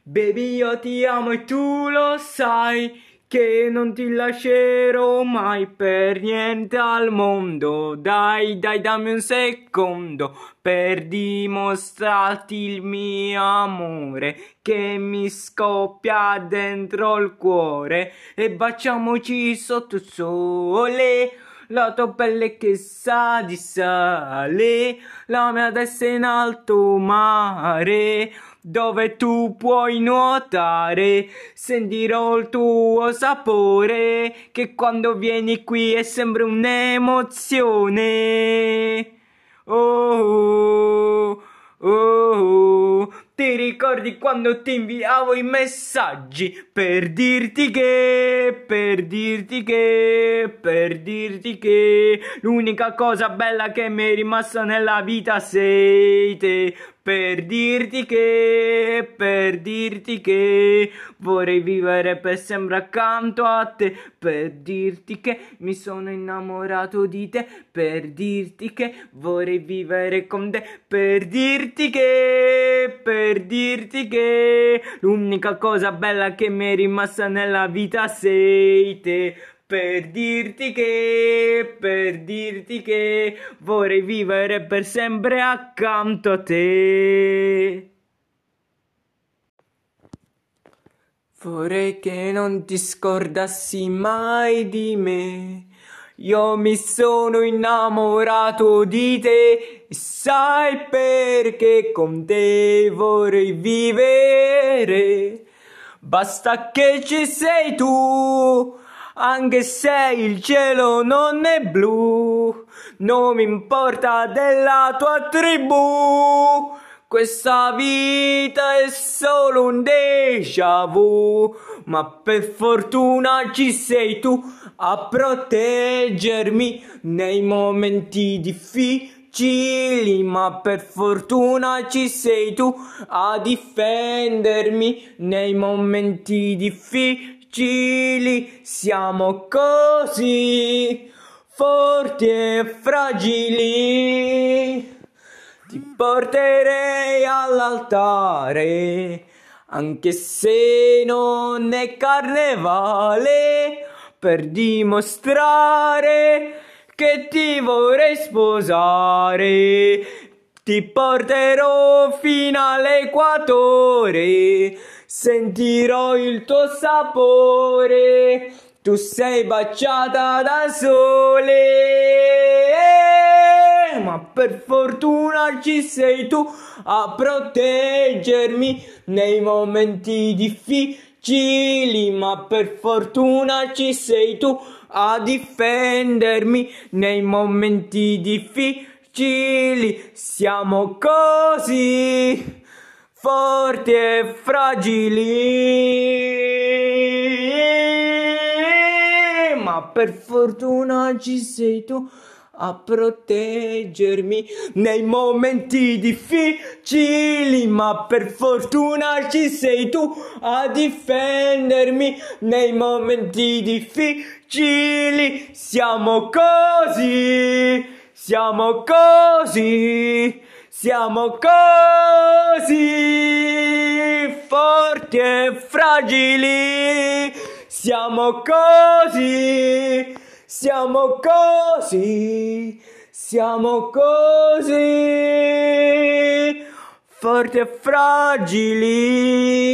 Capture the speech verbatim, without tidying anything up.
Baby, io ti amo e tu lo sai che non ti lascerò mai per niente al mondo. Dai, dai, dammi un secondo per dimostrarti il mio amore che mi scoppia dentro il cuore. E baciamoci sotto il sole. La tua pelle che sa di sale, la mia testa in alto mare, dove tu puoi nuotare. Sentirò il tuo sapore, che quando vieni qui è sempre un'emozione. Oh, oh, oh. Ti ricordi quando ti inviavo i messaggi per dirti che, per dirti che, per dirti che l'unica cosa bella che mi è rimasta nella vita sei te. Per dirti che, per dirti che vorrei vivere per sempre accanto a te. Per dirti che mi sono innamorato di te. Per dirti che vorrei vivere con te. Per dirti che, per dirti che l'unica cosa bella che mi è rimasta nella vita sei te. Per dirti che, per dirti che vorrei vivere per sempre accanto a te. Vorrei che non ti scordassi mai di me. Io mi sono innamorato di te e sai perché con te vorrei vivere. Basta che ci sei tu. Anche se il cielo non è blu, non mi importa della tua tribù. Questa vita è solo un déjà vu, ma per fortuna ci sei tu a proteggermi nei momenti difficili. Ma per fortuna ci sei tu a difendermi nei momenti difficili. Siamo così forti e fragili. Ti porterei all'altare, anche se non è carnevale, per dimostrare che ti vorrei sposare. Ti porterò fino all'equatore, sentirò il tuo sapore, tu sei baciata dal sole, ma per fortuna ci sei tu a proteggermi nei momenti difficili. Ma per fortuna ci sei tu a difendermi nei momenti difficili. Siamo così forti e fragili, ma per fortuna ci sei tu a proteggermi nei momenti difficili. Ma per fortuna ci sei tu a difendermi nei momenti difficili. Siamo così, siamo così, siamo così forti e fragili. Siamo così, siamo così, siamo così forti e fragili.